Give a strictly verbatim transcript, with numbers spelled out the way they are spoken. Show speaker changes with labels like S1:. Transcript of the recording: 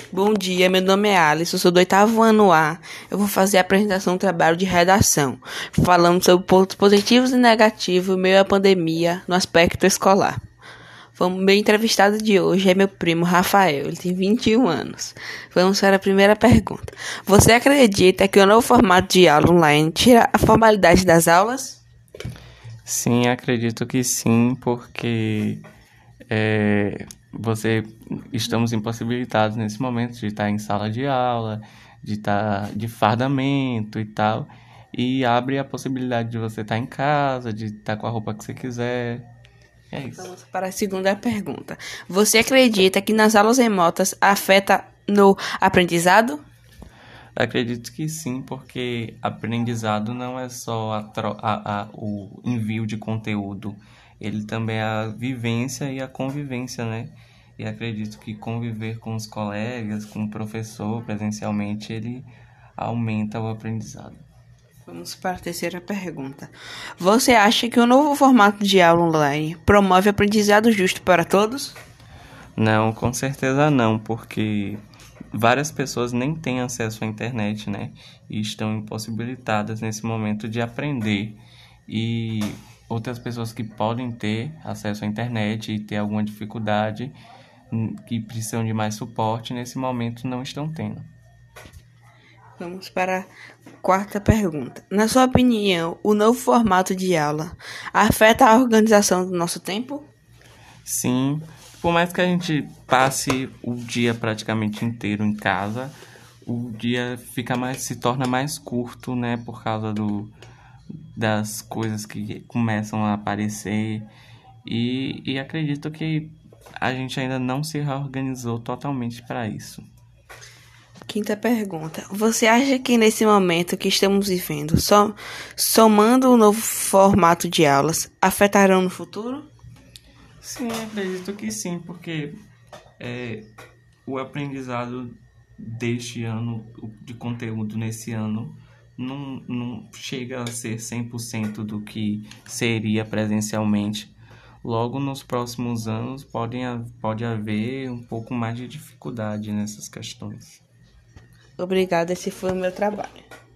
S1: Bom dia, meu nome é Alice, eu sou do oitavo ano A. Eu vou fazer a apresentação do trabalho de redação, falando sobre pontos positivos e negativos em meio à pandemia no aspecto escolar. O meu entrevistado de hoje é meu primo Rafael, ele tem vinte e um anos. Vamos para a primeira pergunta. Você acredita que o novo formato de aula online tira a formalidade das aulas?
S2: Sim, acredito que sim, porque é, você estamos impossibilitados nesse momento de estar em sala de aula, de estar de fardamento e tal, e abre a possibilidade de você estar em casa, de estar com a roupa que você quiser. É isso.
S1: Vamos para a segunda pergunta. Você acredita que nas aulas remotas afeta no aprendizado?
S2: Acredito que sim, porque aprendizado não é só a tro- a- a- o envio de conteúdo, ele também é a vivência e a convivência, né? E acredito que conviver com os colegas, com o professor presencialmente, ele aumenta o aprendizado.
S1: Vamos para a terceira pergunta. Você acha que o novo formato de aula online promove aprendizado justo para todos?
S2: Não, com certeza não, porque várias pessoas nem têm acesso à internet, né? E estão impossibilitadas nesse momento de aprender. E outras pessoas que podem ter acesso à internet e ter alguma dificuldade, hum, que precisam de mais suporte, nesse momento não estão tendo.
S1: Vamos para a quarta pergunta. Na sua opinião, o novo formato de aula afeta a organização do nosso tempo?
S2: Sim, por mais que a gente passe o dia praticamente inteiro em casa, o dia fica mais, se torna mais curto, né, por causa do, das coisas que começam a aparecer e, e acredito que a gente ainda não se reorganizou totalmente para isso.
S1: Quinta pergunta. Você acha que nesse momento que estamos vivendo, só somando o novo formato de aulas, afetarão no futuro?
S2: Sim, acredito que sim, porque é, o aprendizado deste ano, o- de conteúdo nesse ano, não, não chega a ser cem por cento do que seria presencialmente. Logo, nos próximos anos, podem, ha- pode haver um pouco mais de dificuldade nessas questões.
S1: Obrigada, esse foi o meu trabalho.